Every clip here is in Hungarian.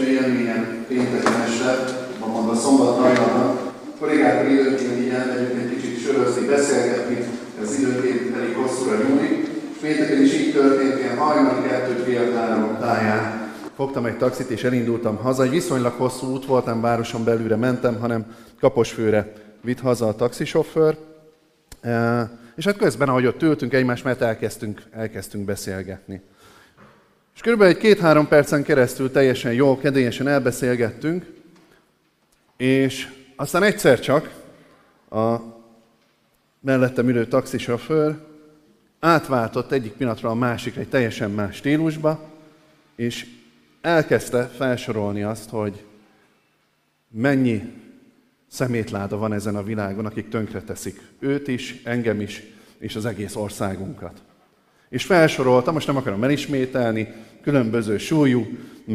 első élményem pénteken este, mondva szombat hajnalnak, kollégákkal időnként így elmegyünk egy kicsit sörözni, beszélgetni, ez időnként elég hosszúra nyúlik, és pénteken is így történt, ilyen hajnali 2-3 táján. Fogtam egy taxit és elindultam haza, egy viszonylag hosszú út volt, nem városon belülre mentem, hanem Kaposfőre vitt haza a taxisofőr. És hát közben, ahogy ott ültünk egymás mellett, elkezdtünk beszélgetni. És körülbelül egy 2-3 percen keresztül teljesen jól, kedélyesen elbeszélgettünk, és aztán egyszer csak a mellettem ülő taxisofőr átváltott egyik pillanatra a másikra egy teljesen más stílusba, és elkezdte felsorolni azt, hogy mennyi szemétláda van ezen a világon, akik tönkreteszik őt is, engem is, és az egész országunkat. És felsorolta, most nem akarom elismételni, különböző súlyú,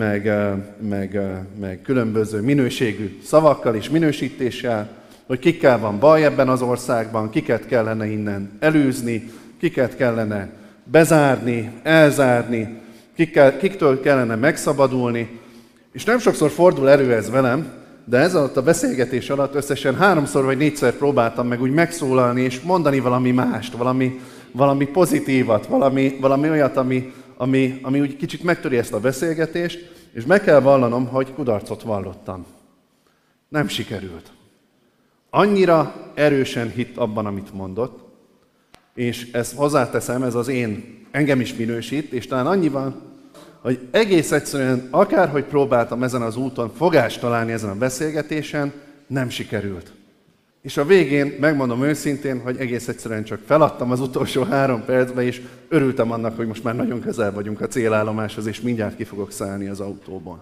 meg különböző minőségű szavakkal és minősítéssel, hogy kikkel van baj ebben az országban, kiket kellene innen elűzni, kiket kellene bezárni, elzárni, kiktől kellene megszabadulni. És nem sokszor fordul elő ez velem, de ez alatt a beszélgetés alatt összesen 3-szor vagy 4-szer próbáltam meg úgy megszólalni és mondani valami mást, valami pozitívat, valami olyat, ami úgy kicsit megtöri ezt a beszélgetést, és meg kell vallanom, hogy kudarcot vallottam. Nem sikerült. Annyira erősen hitt abban, amit mondott, és ezt hozzáteszem, ez az engem is minősít, és talán annyiban, hogy egész egyszerűen akárhogy próbáltam ezen az úton fogást találni ezen a beszélgetésen, nem sikerült. És a végén megmondom őszintén, hogy egész egyszerűen csak feladtam az utolsó 3 percbe, és örültem annak, hogy most már nagyon közel vagyunk a célállomáshoz, és mindjárt ki fogok szállni az autóból.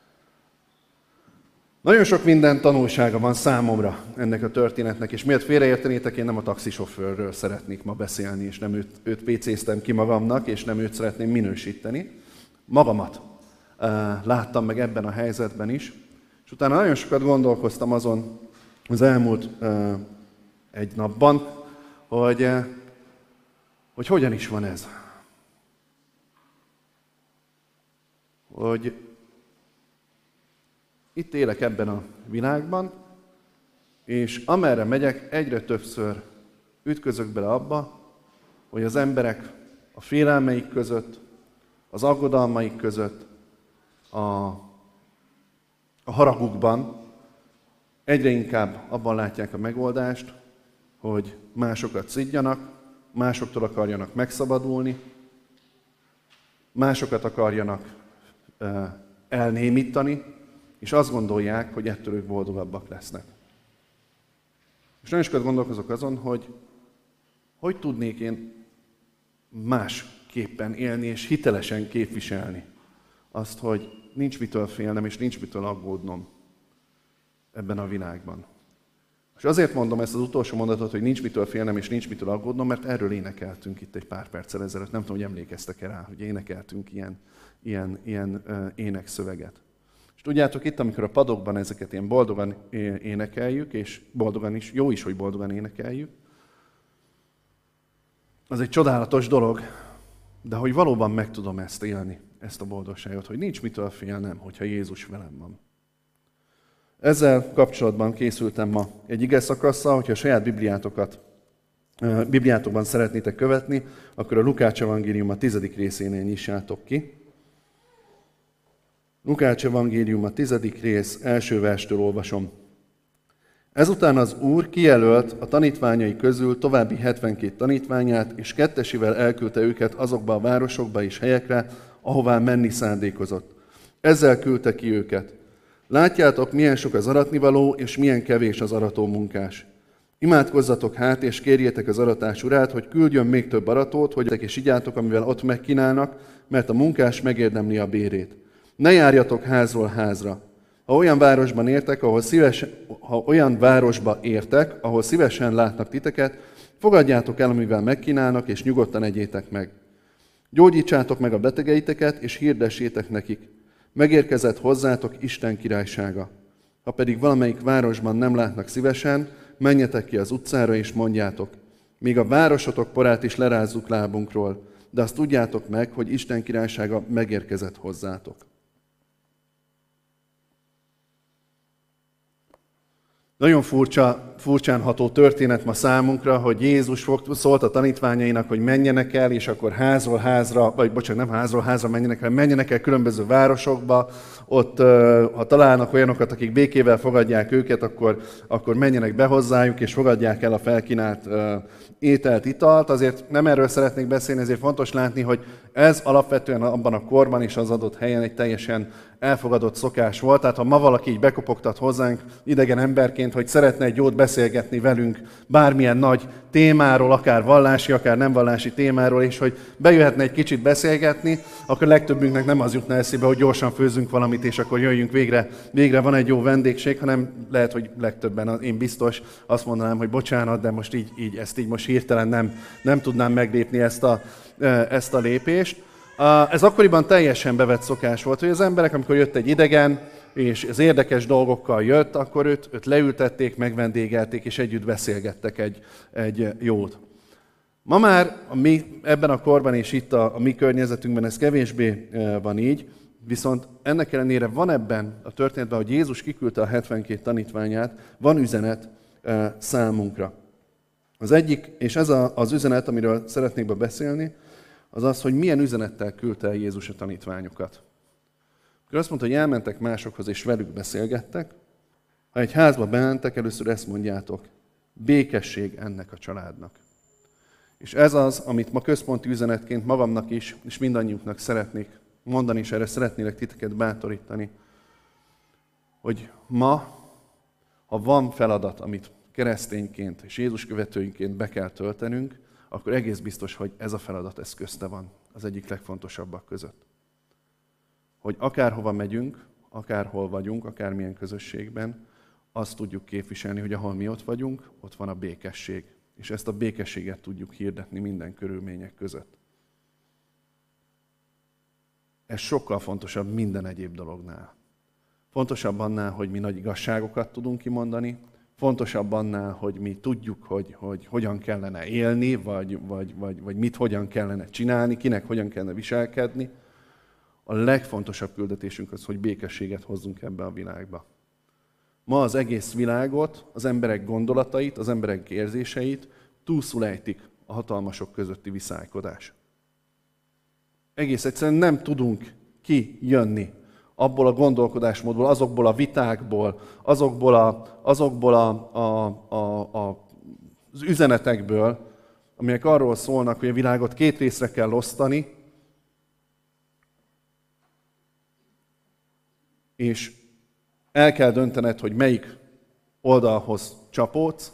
Nagyon sok minden tanulsága van számomra ennek a történetnek, és miért félreértenétek, én nem a taxisofőrről szeretnék ma beszélni, és nem őt pécéztem ki magamnak, és nem őt szeretném minősíteni. Magamat láttam meg ebben a helyzetben is, és utána nagyon sokat gondolkoztam azon az elmúlt egy napban, hogy hogyan is van ez. Hogy itt élek ebben a világban, és amerre megyek, egyre többször ütközök bele abba, hogy az emberek a félelmeik között, az aggodalmaik között, a haragukban egyre inkább abban látják a megoldást, hogy másokat szidjanak, másoktól akarjanak megszabadulni, másokat akarjanak elnémítani, és azt gondolják, hogy ettől ők boldogabbak lesznek. És nagyon sokat gondolkozok azon, hogy tudnék én másképpen élni és hitelesen képviselni azt, hogy nincs mitől félnem és nincs mitől aggódnom ebben a világban. És azért mondom ezt az utolsó mondatot, hogy nincs mitől félnem és nincs mitől aggódnom, mert erről énekeltünk itt egy pár perccel ezelőtt. Nem tudom, hogy emlékeztek-e rá, hogy énekeltünk ilyen énekszöveget. És tudjátok, itt, amikor a padokban ezeket ilyen boldogan énekeljük, és boldogan is, jó is, hogy boldogan énekeljük, az egy csodálatos dolog, de hogy valóban meg tudom ezt élni, ezt a boldogságot, hogy nincs mitől félnem, hogyha Jézus velem van. Ezzel kapcsolatban készültem ma egy igeszakasszal, hogyha a saját Bibliátokban szeretnétek követni, akkor a Lukács evangélium a 10. részénél nyissátok ki. Lukács evangélium a 10. rész, első verstől olvasom. Ezután az Úr kijelölt a tanítványai közül további 72 tanítványát, és kettesével elküldte őket azokba a városokba és helyekre, ahová menni szándékozott. Ezzel küldte ki őket. Látjátok, milyen sok az aratnivaló, és milyen kevés az arató munkás. Imádkozzatok hát, és kérjétek az aratás urát, hogy küldjön még több aratót, hogy és igyátok, amivel ott megkínálnak, mert a munkás megérdemli a bérét. Ne járjatok házról házra. Ha olyan városba értek, ahol szívesen látnak titeket, fogadjátok el, amivel megkínálnak, és nyugodtan egyétek meg. Gyógyítsátok meg a betegeiteket, és hirdessétek nekik. Megérkezett hozzátok Isten királysága. Ha pedig valamelyik városban nem látnak szívesen, menjetek ki az utcára, és mondjátok. Még a városotok porát is lerázzuk lábunkról, de azt tudjátok meg, hogy Isten királysága megérkezett hozzátok. Nagyon furcsán ható történet ma számunkra, hogy Jézus szólt a tanítványainak, hogy menjenek el, és akkor házról házra, vagy bocsánat, nem házról házra menjenek el különböző városokba, ott ha találnak olyanokat, akik békével fogadják őket, akkor menjenek be hozzájuk, és fogadják el a felkínált ételt, italt. Azért nem erről szeretnék beszélni, ezért fontos látni, hogy ez alapvetően abban a korban és az adott helyen egy teljesen elfogadott szokás volt. Tehát ha ma valaki így bekopogtat hozzánk idegen emberként, hogy szeretne egy jót beszélgetni velünk bármilyen nagy témáról, akár vallási, akár nem vallási témáról, és hogy bejöhetne egy kicsit beszélgetni, akkor legtöbbünknek nem az jutna eszébe, hogy gyorsan főzzünk valamit, és akkor jöjjünk végre van egy jó vendégség, hanem lehet, hogy legtöbben, én biztos azt mondanám, hogy bocsánat, de most ezt így most hirtelen nem tudnám meglépni ezt a lépést. Ez akkoriban teljesen bevett szokás volt, hogy az emberek, amikor jött egy idegen, és az érdekes dolgokkal jött, akkor őt leültették, megvendégelték, és együtt beszélgettek egy jót. Ma már ebben a korban és itt a mi környezetünkben ez kevésbé van így, viszont ennek ellenére van ebben a történetben, hogy Jézus kiküldte a 72 tanítványát, van üzenet számunkra. Az egyik, és ez az üzenet, amiről szeretnék beszélni, az az, hogy milyen üzenettel küldte el Jézus a tanítványokat. Akkor azt mondta, hogy elmentek másokhoz, és velük beszélgettek. Ha egy házba bementek, először ezt mondjátok, békesség ennek a családnak. És ez az, amit ma központi üzenetként magamnak is, és mindannyiunknak szeretnék mondani, és erre szeretnélek titeket bátorítani, hogy ma, ha van feladat, amit keresztényként és Jézus követőinként be kell töltenünk, akkor egész biztos, hogy ez a feladat, ez közte van, az egyik legfontosabbak között. Hogy akárhova megyünk, akárhol vagyunk, akármilyen közösségben, azt tudjuk képviselni, hogy ahol mi ott vagyunk, ott van a békesség. És ezt a békességet tudjuk hirdetni minden körülmények között. Ez sokkal fontosabb minden egyéb dolognál. Fontosabb annál, hogy mi nagy igazságokat tudunk kimondani, fontosabb annál, hogy mi tudjuk, hogy hogyan kellene élni, vagy mit hogyan kellene csinálni, kinek hogyan kellene viselkedni. A legfontosabb küldetésünk az, hogy békességet hozzunk ebbe a világba. Ma az egész világot, az emberek gondolatait, az emberek érzéseit túlszul ejtik a hatalmasok közötti viszálykodás. Egész egyszerűen nem tudunk kijönni abból a gondolkodásmódból, azokból a vitákból, azokból az üzenetekből, amelyek arról szólnak, hogy a világot két részre kell osztani, és el kell döntened, hogy melyik oldalhoz csapódsz,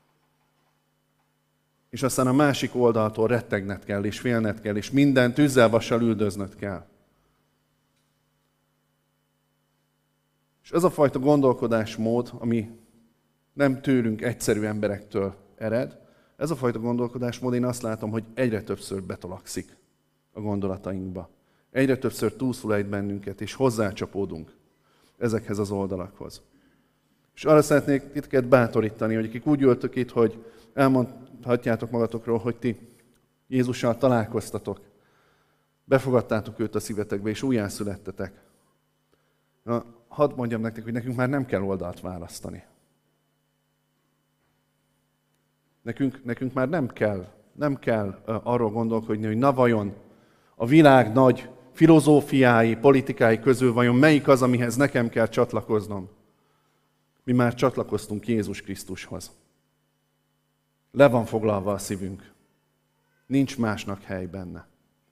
és aztán a másik oldaltól rettegned kell, és félned kell, és minden tűzzel-vassal üldöznöd kell. És ez a fajta gondolkodásmód, ami nem tőlünk egyszerű emberektől ered, ez a fajta gondolkodásmód, én azt látom, hogy egyre többször betolakszik a gondolatainkba. Egyre többször túlszul ejt bennünket, és hozzácsapódunk ezekhez az oldalakhoz. És arra szeretnék titeket bátorítani, hogy akik úgy ültök itt, hogy elmondhatjátok magatokról, hogy ti Jézussal találkoztatok, befogadtátok őt a szívetekbe, és újjászülettetek. Na, hadd mondjam nektek, hogy nekünk már nem kell oldalt választani. Nekünk már nem kell arról gondolkodni, hogy na vajon a világ nagy filozófiái, politikái közül vajon melyik az, amihez nekem kell csatlakoznom. Mi már csatlakoztunk Jézus Krisztushoz. Le van foglalva a szívünk. Nincs másnak hely benne.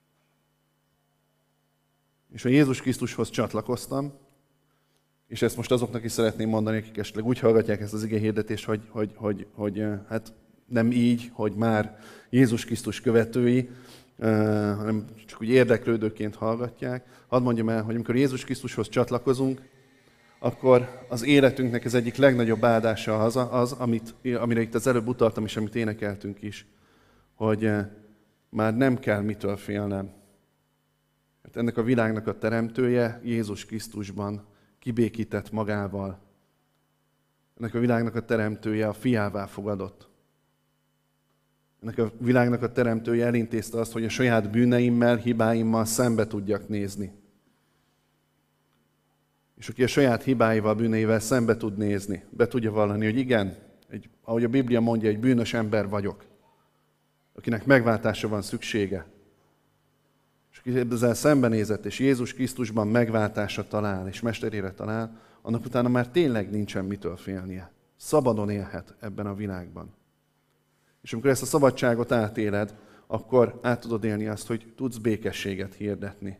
És ha Jézus Krisztushoz csatlakoztam, és ezt most azoknak is szeretném mondani, akik esetleg úgy hallgatják ezt az igehirdetést, hogy hát nem így, hogy már Jézus Krisztus követői, hanem csak úgy érdeklődőként hallgatják. Hadd mondjam el, hogy amikor Jézus Krisztushoz csatlakozunk, akkor az életünknek az egyik legnagyobb áldása az, amire itt az előbb utaltam, és amit énekeltünk is, hogy már nem kell mitől félnem. Mert ennek a világnak a teremtője Jézus Krisztusban kibékített magával. Ennek a világnak a teremtője a fiává fogadott. Ennek a világnak a teremtője elintézte azt, hogy a saját bűneimmel, hibáimmal szembe tudjak nézni. és aki a saját hibáival, bűneivel szembe tud nézni, be tudja vallani, hogy igen, ahogy a Biblia mondja, egy bűnös ember vagyok, akinek megváltásra van szüksége. És aki ezzel szembenézett, és Jézus Krisztusban megváltásra talál, és mesterére talál, annak utána már tényleg nincsen mitől félnie. Szabadon élhet ebben a világban. És amikor ezt a szabadságot átéled, akkor át tudod élni azt, hogy tudsz békességet hirdetni.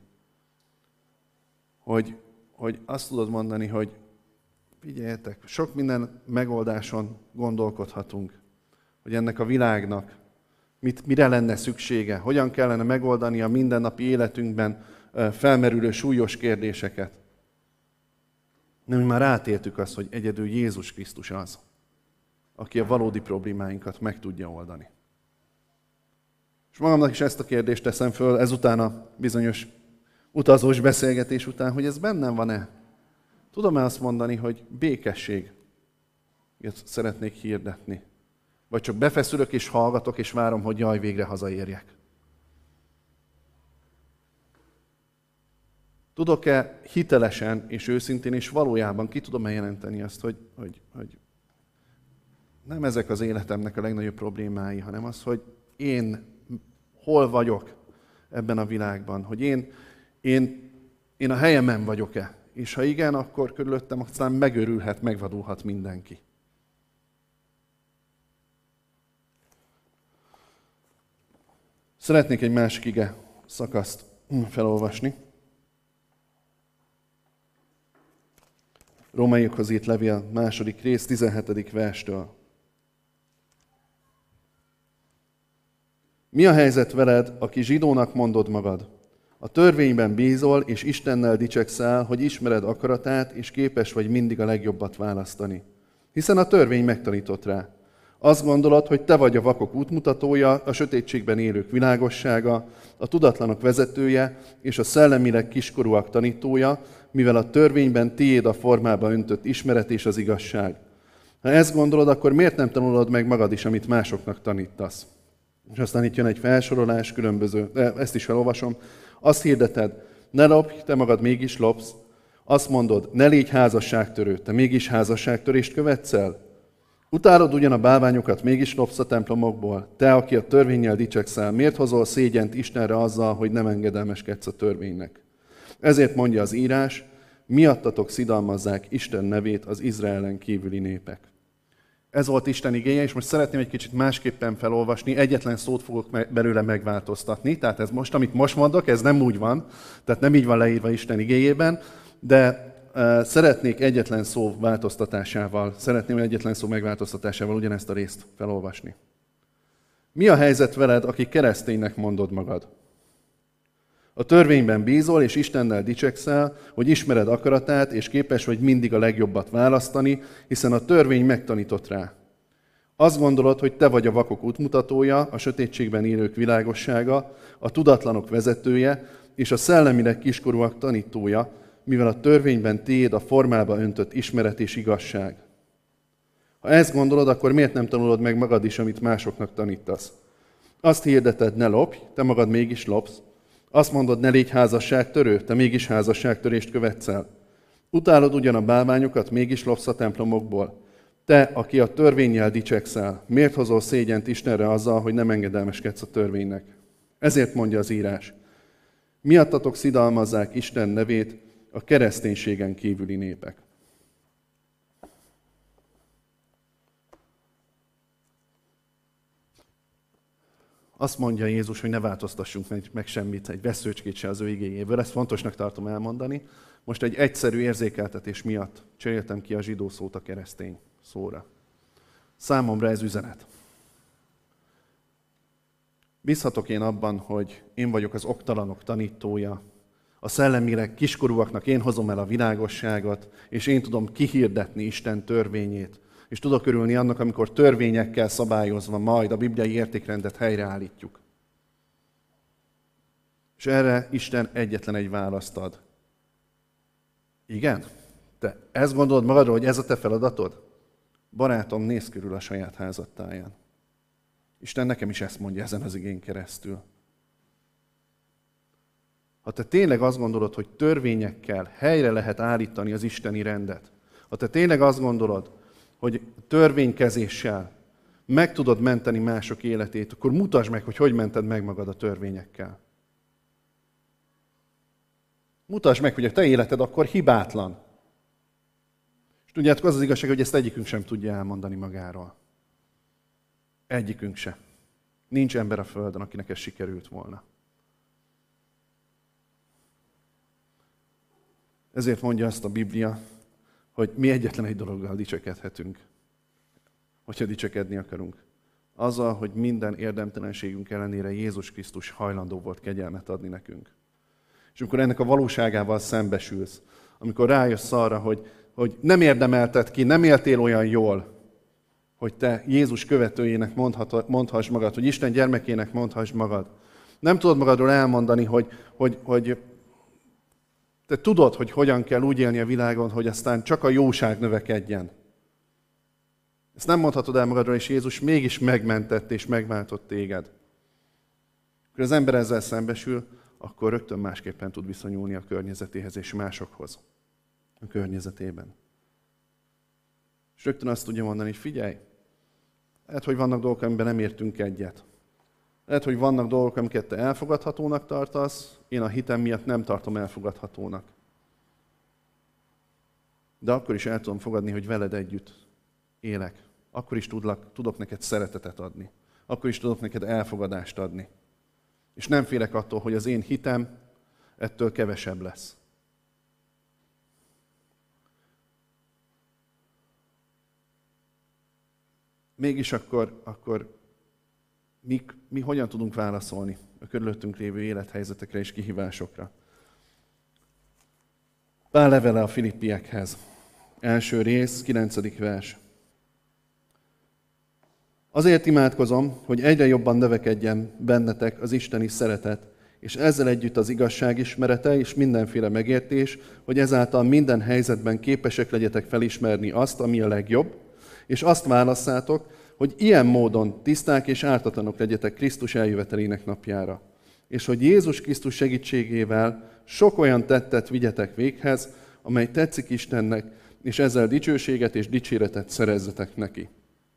Hogy azt tudod mondani, hogy figyeljetek, sok minden megoldáson gondolkodhatunk, hogy ennek a világnak mire lenne szüksége, hogyan kellene megoldani a mindennapi életünkben felmerülő súlyos kérdéseket. De mi már átéltük azt, hogy egyedül Jézus Krisztus az, aki a valódi problémáinkat meg tudja oldani. És magamnak is ezt a kérdést teszem föl ezután a bizonyos utazós beszélgetés után, hogy ez bennem van-e? Tudom-e azt mondani, hogy békességet szeretnék hirdetni? Vagy csak befeszülök és hallgatok, és várom, hogy jaj, végre hazaérjek? Tudok-e hitelesen és őszintén és valójában ki tudom-e jelenteni azt, hogy nem ezek az életemnek a legnagyobb problémái, hanem az, hogy én hol vagyok ebben a világban, hogy én a helyemen vagyok-e? És ha igen, akkor körülöttem aztán megőrülhet, megvadulhat mindenki. Szeretnék egy másik ige szakaszt felolvasni. Rómaiakhoz írt levél, 2. rész, 17. verstől. Mi a helyzet veled, aki zsidónak mondod magad? A törvényben bízol, és Istennel dicsekszel, hogy ismered akaratát, és képes vagy mindig a legjobbat választani. Hiszen a törvény megtanított rá. Azt gondolod, hogy te vagy a vakok útmutatója, a sötétségben élők világossága, a tudatlanok vezetője, és a szellemileg kiskorúak tanítója, mivel a törvényben tiéd a formába öntött ismeret és az igazság. Ha ezt gondolod, akkor miért nem tanulod meg magad is, amit másoknak tanítasz? És aztán itt jön egy felsorolás, különböző, ezt is felolvasom. Azt hirdeted, ne lopj, te magad mégis lopsz. Azt mondod, ne légy házasságtörő, te mégis házasságtörést követsz el. Utálod ugyan a bálványokat, mégis lopsz a templomokból. Te, aki a törvénnyel dicsekszel, miért hozol szégyent Istenre azzal, hogy nem engedelmeskedsz a törvénynek? Ezért mondja az írás, miattatok szidalmazzák Isten nevét az Izraelen kívüli népek. Ez volt Isten igéje, és most szeretném egy kicsit másképpen felolvasni, egyetlen szót fogok belőle megváltoztatni, tehát ez most, amit most mondok, ez nem úgy van, tehát nem így van leírva Isten igéjében, de szeretném egyetlen szó megváltoztatásával ugyanezt a részt felolvasni. Mi a helyzet veled, aki kereszténynek mondod magad? A törvényben bízol, és Istennel dicsekszel, hogy ismered akaratát, és képes vagy mindig a legjobbat választani, hiszen a törvény megtanított rá. Azt gondolod, hogy te vagy a vakok útmutatója, a sötétségben élők világossága, a tudatlanok vezetője, és a szellemileg kiskorúak tanítója, mivel a törvényben tiéd a formába öntött ismeret és igazság. Ha ezt gondolod, akkor miért nem tanulod meg magad is, amit másoknak tanítasz? Azt hirdeted, ne lopj, te magad mégis lopsz. Azt mondod, ne légy házasságtörő, te mégis házasságtörést követsz el. Utálod ugyan a bálványokat, mégis lopsz a templomokból. Te, aki a törvénnyel dicsekszel, miért hozol szégyent Istenre azzal, hogy nem engedelmeskedsz a törvénynek? Ezért mondja az írás. Miattatok szidalmazzák Isten nevét a kereszténységen kívüli népek. Azt mondja Jézus, hogy ne változtassunk meg semmit, egy veszőcskét se az ő igéjéből. Ezt fontosnak tartom elmondani. Most egy egyszerű érzékeltetés miatt cseréltem ki a zsidó szót a keresztény szóra. Számomra ez üzenet. Bízhatok én abban, hogy én vagyok az oktalanok tanítója, a szellemileg kiskorúaknak én hozom el a világosságot, és én tudom kihirdetni Isten törvényét. És tudok örülni annak, amikor törvényekkel szabályozva majd a bibliai értékrendet helyreállítjuk. És erre Isten egyetlen egy választ ad. Igen? Te ezt gondolod magadról, hogy ez a te feladatod? Barátom, nézz körül a saját házadtáján. Isten nekem is ezt mondja ezen az igén keresztül. Ha te tényleg azt gondolod, hogy törvényekkel helyre lehet állítani az isteni rendet, ha te tényleg azt gondolod, hogy törvénykezéssel meg tudod menteni mások életét, akkor mutasd meg, hogy mented meg magad a törvényekkel. Mutasd meg, hogy a te életed akkor hibátlan. És tudjátok, az az igazság, hogy ezt egyikünk sem tudja elmondani magáról. Egyikünk se. Nincs ember a földön, akinek ez sikerült volna. Ezért mondja azt a Biblia, hogy mi egyetlen egy dologgal dicsekedhetünk, hogyha dicsekedni akarunk. Azzal, hogy minden érdemtelenségünk ellenére Jézus Krisztus hajlandó volt kegyelmet adni nekünk. És amikor ennek a valóságával szembesülsz, amikor rájössz arra, hogy nem érdemelted ki, nem éltél olyan jól, hogy te Jézus követőjének mondhass magad, hogy Isten gyermekének mondhass magad. Nem tudod magadról elmondani, hogy te tudod, hogy hogyan kell úgy élni a világon, hogy aztán csak a jóság növekedjen. Ezt nem mondhatod el magadról, és Jézus mégis megmentett és megváltott téged. Amikor az ember ezzel szembesül, akkor rögtön másképpen tud viszonyulni a környezetéhez és másokhoz a környezetében. És rögtön azt tudja mondani, hogy figyelj, lehet, hogy vannak dolgok, amiben nem értünk egyet. Lehet, hogy vannak dolgok, amiket te elfogadhatónak tartasz, én a hitem miatt nem tartom elfogadhatónak. De akkor is el tudom fogadni, hogy veled együtt élek. Akkor is tudok neked szeretetet adni. Akkor is tudok neked elfogadást adni. És nem félek attól, hogy az én hitem ettől kevesebb lesz. Mégis akkor mi hogyan tudunk válaszolni a körülöttünk lévő élethelyzetekre és kihívásokra? Pál levele a Filippiekhez. Első rész, 9. vers. Azért imádkozom, hogy egyre jobban növekedjen bennetek az isteni szeretet, és ezzel együtt az igazság ismerete és mindenféle megértés, hogy ezáltal minden helyzetben képesek legyetek felismerni azt, ami a legjobb, és azt válasszátok, hogy ilyen módon tiszták és ártatlanok legyetek Krisztus eljövetelének napjára. És hogy Jézus Krisztus segítségével sok olyan tettet vigyetek véghez, amely tetszik Istennek, és ezzel dicsőséget és dicséretet szerezzetek neki.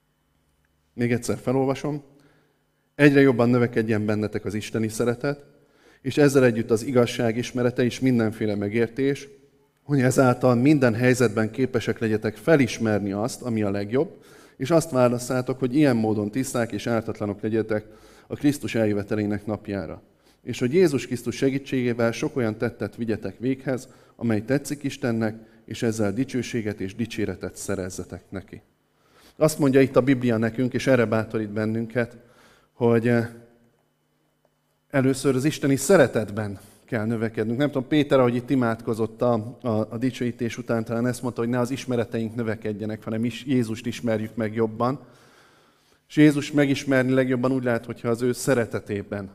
Még egyszer felolvasom. Egyre jobban növekedjen bennetek az isteni szeretet, és ezzel együtt az igazság ismerete és mindenféle megértés, hogy ezáltal minden helyzetben képesek legyetek felismerni azt, ami a legjobb, és azt válasszátok, hogy ilyen módon tiszták és ártatlanok legyetek a Krisztus eljövetelének napjára. És hogy Jézus Krisztus segítségével sok olyan tettet vigyetek véghez, amely tetszik Istennek, és ezzel dicsőséget és dicséretet szerezzetek neki. Azt mondja itt a Biblia nekünk, és erre bátorít bennünket, hogy először az isteni szeretetben kell növekednünk. Nem tudom, Péter, ahogy itt imádkozott a dicsőítés után, talán ezt mondta, hogy ne az ismereteink növekedjenek, hanem Jézust ismerjük meg jobban. És Jézus megismerni legjobban úgy lehet, hogyha az ő szeretetében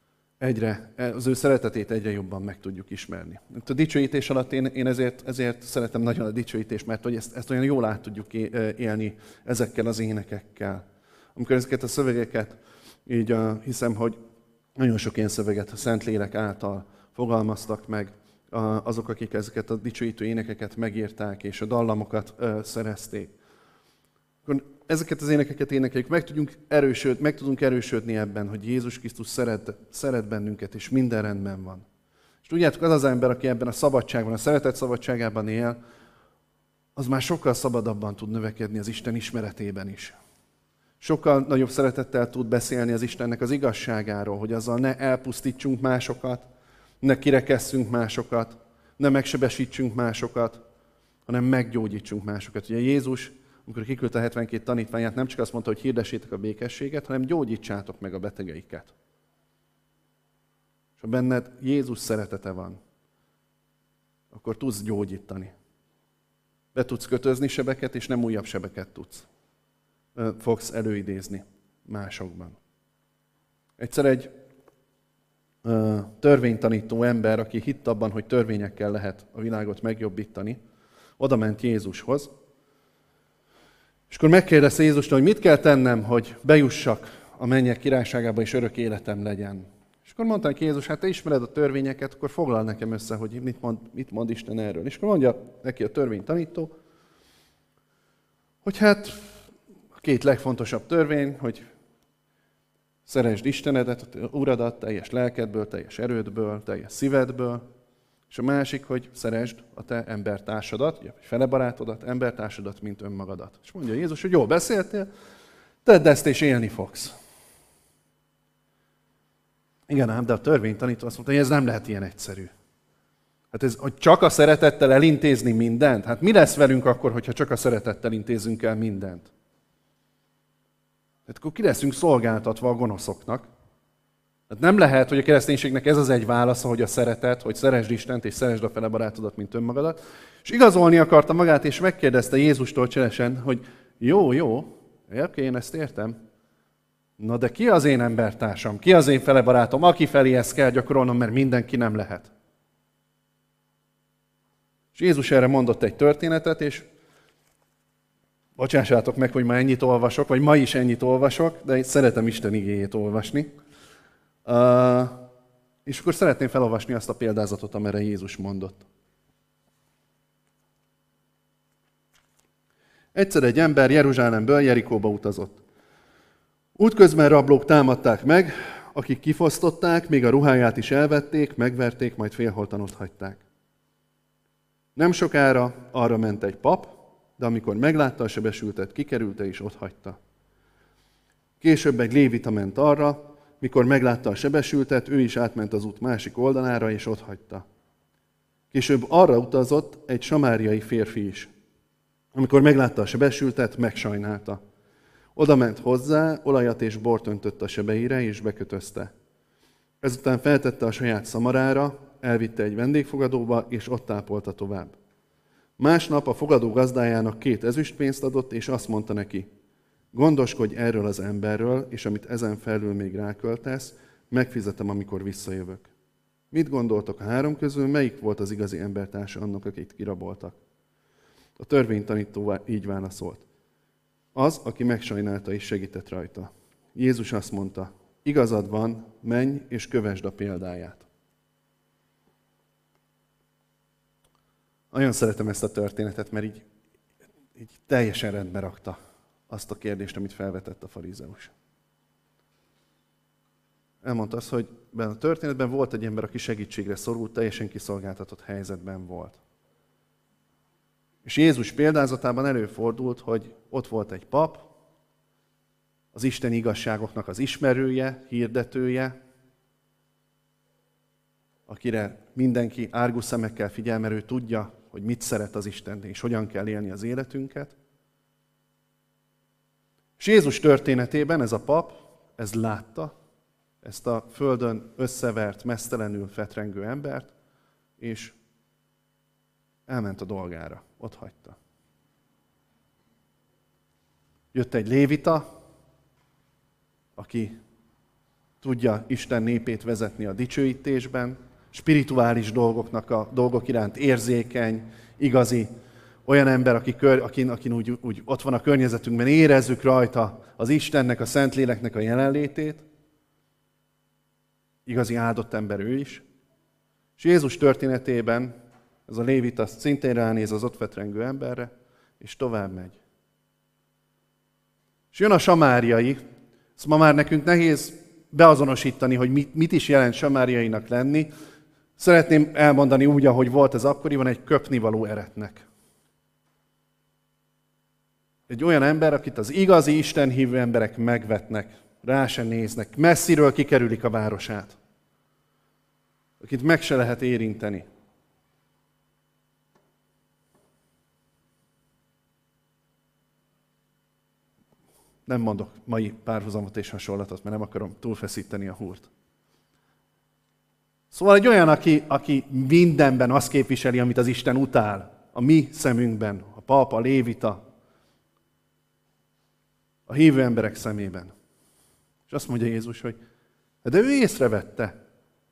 az ő szeretetét egyre jobban meg tudjuk ismerni. A dicsőítés alatt én ezért szeretem nagyon a dicsőítést, mert hogy ezt olyan jól át tudjuk élni ezekkel az énekekkel. Amikor ezeket a szövegeket, így hiszem, hogy nagyon sok ilyen szöveget a Szentlélek által fogalmaztak meg azok, akik ezeket a dicsőítő énekeket megírták, és a dallamokat szerezték. Akkor ezeket az énekeket énekeljük, meg tudunk erősödni ebben, hogy Jézus Krisztus szeret bennünket, és minden rendben van. És tudjátok, az az ember, aki ebben a szabadságban, a szeretet szabadságában él, az már sokkal szabadabban tud növekedni az Isten ismeretében is. Sokkal nagyobb szeretettel tud beszélni az Istennek az igazságáról, hogy azzal ne elpusztítsunk másokat, ne kirekesszünk másokat, ne megsebesítsünk másokat, hanem meggyógyítsunk másokat. Ugye Jézus, amikor kiküldte a 72 tanítványát, nem csak azt mondta, hogy hirdessétek a békességet, hanem gyógyítsátok meg a betegeiket. És ha benned Jézus szeretete van, akkor tudsz gyógyítani. Be tudsz kötözni sebeket, és nem újabb sebeket fogsz előidézni másokban. Egyszer egy törvénytanító ember, aki hitt abban, hogy törvényekkel lehet a világot megjobbítani, oda ment Jézushoz, és akkor megkérdezte Jézustól, hogy mit kell tennem, hogy bejussak a mennyek királyságába, és örök életem legyen. És akkor mondta neki Jézus, hát te ismered a törvényeket, akkor foglal nekem össze, hogy mit mond Isten erről. És akkor mondja neki a törvénytanító, hogy hát a két legfontosabb törvény, hogy szeresd Istenedet, Uradat teljes lelkedből, teljes erődből, teljes szívedből, és a másik, hogy szeresd a te embertársadat, vagy fele barátodat, embertársadat, mint önmagadat. És mondja Jézus, hogy jól beszéltél, tedd ezt és élni fogsz. Igen ám, de a törvénytanító azt mondta, hogy ez nem lehet ilyen egyszerű. Hát ez, hogy csak a szeretettel elintézni mindent? Hát mi lesz velünk akkor, hogyha csak a szeretettel intézünk el mindent? Hát akkor ki leszünk szolgáltatva a gonoszoknak. Hát nem lehet, hogy a kereszténységnek ez az egy válasza, hogy a szeretet, hogy szeresd Istent és szeresd a fele barátodat, mint önmagadat. És igazolni akarta magát, és megkérdezte Jézustól cselesen, hogy jó, oké, én ezt értem. Na de ki az én embertársam, ki az én fele barátom, aki felé ezt kell gyakorolnom, mert mindenki nem lehet. És Jézus erre mondott egy történetet, és bocsássátok meg, hogy ma ennyit olvasok, vagy ma is ennyit olvasok, de én szeretem Isten igéjét olvasni. És akkor szeretném felolvasni azt a példázatot, amire Jézus mondott. Egyszer egy ember Jeruzsálemből Jerikóba utazott. Útközben rablók támadták meg, akik kifosztották, még a ruháját is elvették, megverték, majd félholtan otthagyták. Nem sokára arra ment egy pap, de amikor meglátta a sebesültet, kikerülte és otthagyta. Később egy lévita ment arra, mikor meglátta a sebesültet, ő is átment az út másik oldalára és otthagyta. Később arra utazott egy samáriai férfi is. Amikor meglátta a sebesültet, megsajnálta. Oda ment hozzá, olajat és bort öntött a sebeire, és bekötözte. Ezután feltette a saját szamarára, elvitte egy vendégfogadóba, és ott tápolta tovább. Másnap a fogadó gazdájának 2 ezüstpénzt adott, és azt mondta neki, gondoskodj erről az emberről, és amit ezen felül még ráköltesz, megfizetem, amikor visszajövök. Mit gondoltok a 3 közül, melyik volt az igazi embertársa annak, akit kiraboltak? A törvénytanító így válaszolt. Az, aki megsajnálta és segített rajta. Jézus azt mondta, igazad van, menj és kövesd a példáját. Nagyon szeretem ezt a történetet, mert így teljesen rendbe rakta azt a kérdést, amit felvetett a farizeus. Elmondta azt, hogy a történetben volt egy ember, aki segítségre szorult, teljesen kiszolgáltatott helyzetben volt. És Jézus példázatában előfordult, hogy ott volt egy pap, az isteni igazságoknak az ismerője, hirdetője, akire mindenki árgus szemekkel figyel, mert ő tudja, hogy mit szeret az Isten, és hogyan kell élni az életünket. És Jézus történetében ez a pap, ez látta ezt a földön összevert, meztelenül fetrengő embert, és elment a dolgára, ott hagyta. Jött egy lévita, aki tudja Isten népét vezetni a dicsőítésben, spirituális dolgok iránt érzékeny, igazi, olyan ember, akin úgy ott van a környezetünkben, érezzük rajta az Istennek, a Szentléleknek a jelenlétét. Igazi áldott ember ő is. És Jézus történetében ez a lévita szintén ránéz az ott fetrengő emberre, és tovább megy. És jön a samáriai, ezt ma már nekünk nehéz beazonosítani, hogy mit is jelent samáriainak lenni. Szeretném elmondani úgy, ahogy volt ez akkoriban, egy köpnivaló eretnek. Egy olyan ember, akit az igazi istenhívő emberek megvetnek, rá se néznek, messziről kikerülik a városát, akit meg se lehet érinteni. Nem mondok mai párhuzamot és hasonlatot, mert nem akarom túlfeszíteni a húrt. Szóval egy olyan, aki mindenben azt képviseli, amit az Isten utál, a mi szemünkben, a pap, a lévita, a hívő emberek szemében. És azt mondja Jézus, hogy de ő észrevette.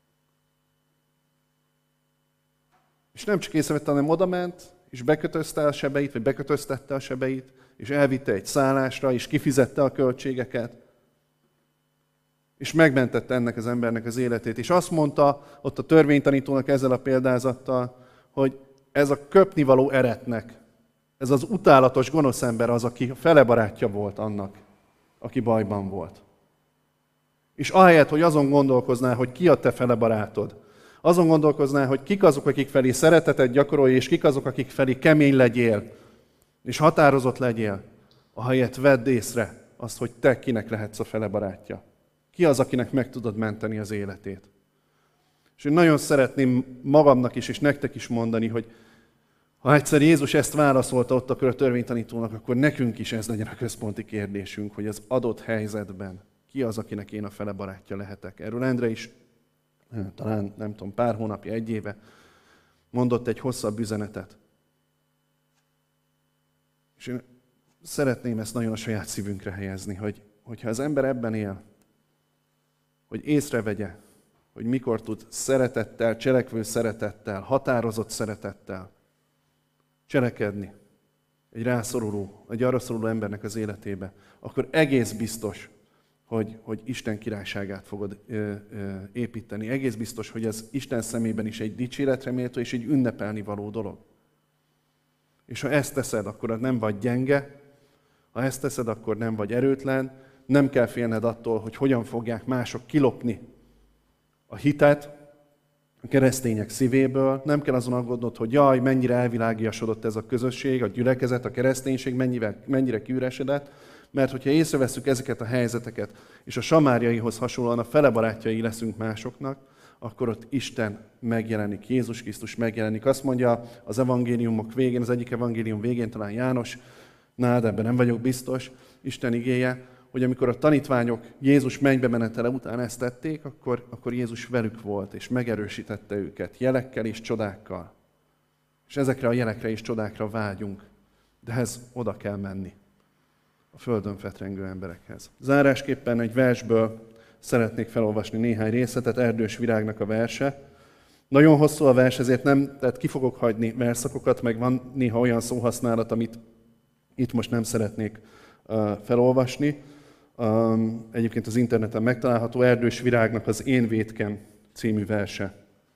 És nem csak észrevette, hanem odament, és bekötözte a sebeit, vagy bekötöztette a sebeit, és elvitte egy szállásra, és kifizette a költségeket. És megmentette ennek az embernek az életét. És azt mondta ott a törvénytanítónak ezzel a példázattal, hogy ez a köpnivaló eretnek, ez az utálatos gonosz ember az, aki a fele barátja volt annak, aki bajban volt. És ahelyett, hogy azon gondolkoznál, hogy ki a te fele barátod, azon gondolkoznál, hogy kik azok, akik felé szeretetet gyakorolj, és kik azok, akik felé kemény legyél, és határozott legyél, ahelyett vedd észre azt, hogy te kinek lehetsz a fele barátja. Ki az, akinek meg tudod menteni az életét. És én nagyon szeretném magamnak is, és nektek is mondani, hogy ha egyszer Jézus ezt válaszolta ott a törvénytanítónak, akkor nekünk is ez legyen a központi kérdésünk, hogy az adott helyzetben ki az, akinek én a fele barátja lehetek. Erről Endre is talán, nem tudom, pár hónapja, egy éve mondott egy hosszabb üzenetet. És én szeretném ezt nagyon a saját szívünkre helyezni, hogyha az ember ebben él, hogy észrevegye, hogy mikor tud szeretettel, cselekvő szeretettel, határozott szeretettel cselekedni egy arra szoruló embernek az életébe, akkor egész biztos, hogy Isten királyságát fogod építeni. Egész biztos, hogy ez Isten szemében is egy dicséretre méltó és egy ünnepelni való dolog. És ha ezt teszed, akkor nem vagy gyenge, ha ezt teszed, akkor nem vagy erőtlen, nem kell félned attól, hogy hogyan fogják mások kilopni a hitet a keresztények szívéből. Nem kell azon aggódnod, hogy jaj, mennyire elvilágiasodott ez a közösség, a gyülekezet, a kereszténység, mennyire kiüresedett, mert hogyha észrevesszük ezeket a helyzeteket, és a samárjaihoz hasonlóan a fele barátjai leszünk másoknak, akkor ott Isten megjelenik, Jézus Krisztus megjelenik. Azt mondja az evangéliumok végén, az egyik evangélium végén, talán Jánosnál, de ebben nem vagyok biztos, Isten igéje, hogy amikor a tanítványok Jézus mennybe menetele után ezt tették, akkor Jézus velük volt, és megerősítette őket jelekkel és csodákkal. És ezekre a jelekre és csodákra vágyunk, de ehhez oda kell menni a földön fetrengő emberekhez. Zárásképpen egy versből szeretnék felolvasni néhány részletet, Erdős Virágnak a verse. Nagyon hosszú a vers, ezért tehát ki fogok hagyni versszakokat, meg van néha olyan szóhasználat, amit itt most nem szeretnék felolvasni. Egyébként az interneten megtalálható Erdős Virágnak az Én vétkem című verse.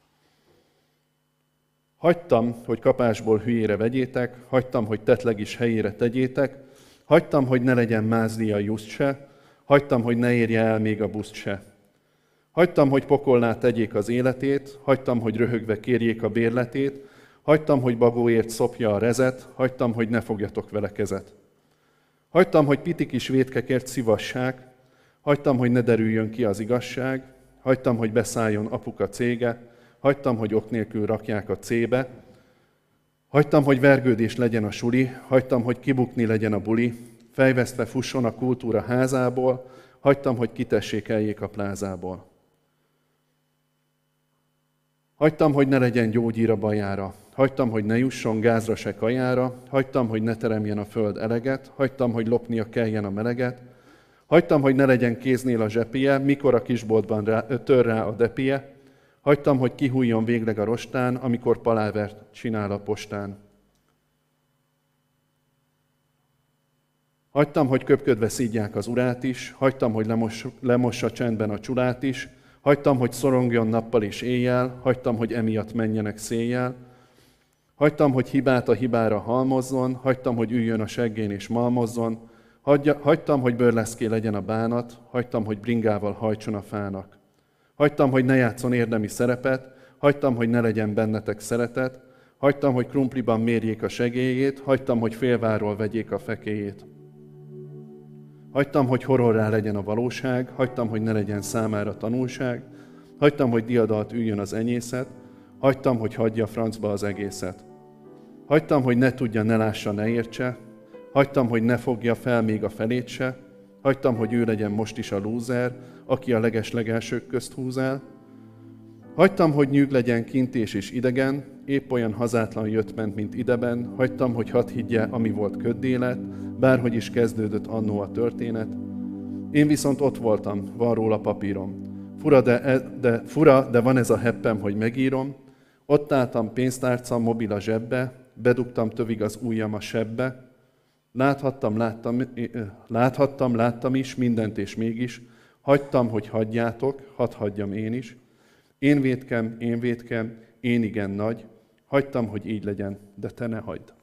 Hagytam, hogy kapásból hülyére vegyétek, hagytam, hogy tetleg is helyére tegyétek, hagytam, hogy ne legyen mázli a juszt se, hagytam, hogy ne érje el még a buszt se. Hagytam, hogy pokolná tegyék az életét, hagytam, hogy röhögve kérjék a bérletét, hagytam, hogy bagóért szopja a rezet, hagytam, hogy ne fogjatok vele kezet. Hagytam, hogy pitik is vétkekért szivassák, hagytam, hogy ne derüljön ki az igazság, hagytam, hogy beszálljon apuka cége, hagytam, hogy ok nélkül rakják a cébe, hagytam, hogy vergődés legyen a suli, hagytam, hogy kibukni legyen a buli, fejvesztve fusson a kultúra házából, hagytam, hogy kitessékeljék a plázából. Hagytam, hogy ne legyen gyógyír a bajára, hagytam, hogy ne jusson gázra se kajára, hagytam, hogy ne teremjen a föld eleget, hagytam, hogy lopnia kelljen a meleget, hagytam, hogy ne legyen kéznél a zsepie, mikor a kisboltban tör rá a depie, hagytam, hogy kihújjon végleg a rostán, amikor palávert csinál a postán. Hagytam, hogy köpködve szídják az urát is, hagytam, hogy lemossa csendben a csulát is, hagytam, hogy szorongjon nappal és éjjel, hagytam, hogy emiatt menjenek széjjel, hagytam, hogy hibát a hibára halmozzon, hagytam, hogy üljön a seggén és malmozzon, hagytam, hogy bőrleszké legyen a bánat, hagytam, hogy bringával hajtson a fának. Hagytam, hogy ne játszon érdemi szerepet, hagytam, hogy ne legyen bennetek szeretet, hagytam, hogy krumpliban mérjék a segélyét, hagytam, hogy félváról vegyék a fekélyét. Hagytam, hogy horrorrá legyen a valóság, hagytam, hogy ne legyen számára tanulság, hagytam, hogy diadalt üljön az enyészet, hagytam, hogy hagyja francba az egészet. Hagytam, hogy ne tudja, ne lássa, ne értse, hagytam, hogy ne fogja fel még a felét se, hagytam, hogy ő legyen most is a lúzer, aki a legeslegelsők közt húz el. Hagytam, hogy nyűg legyen kintés és idegen, épp olyan hazátlan jött-ment, mint ideben, hagytam, hogy hadd higgye, ami volt köddélet, bárhogy is kezdődött annó a történet. Én viszont ott voltam, van róla papírom. Fura, de van ez a heppem, hogy megírom. Ott álltam pénztárcam, mobil a zsebbe, bedugtam tövig az ujjam a sebbe. Láttam is mindent és mégis, Hagytam, hogy hagyjátok, hadd hagyjam én is. Én vétkem, én igen nagy. Hagytam, hogy így legyen, de te ne hagyd.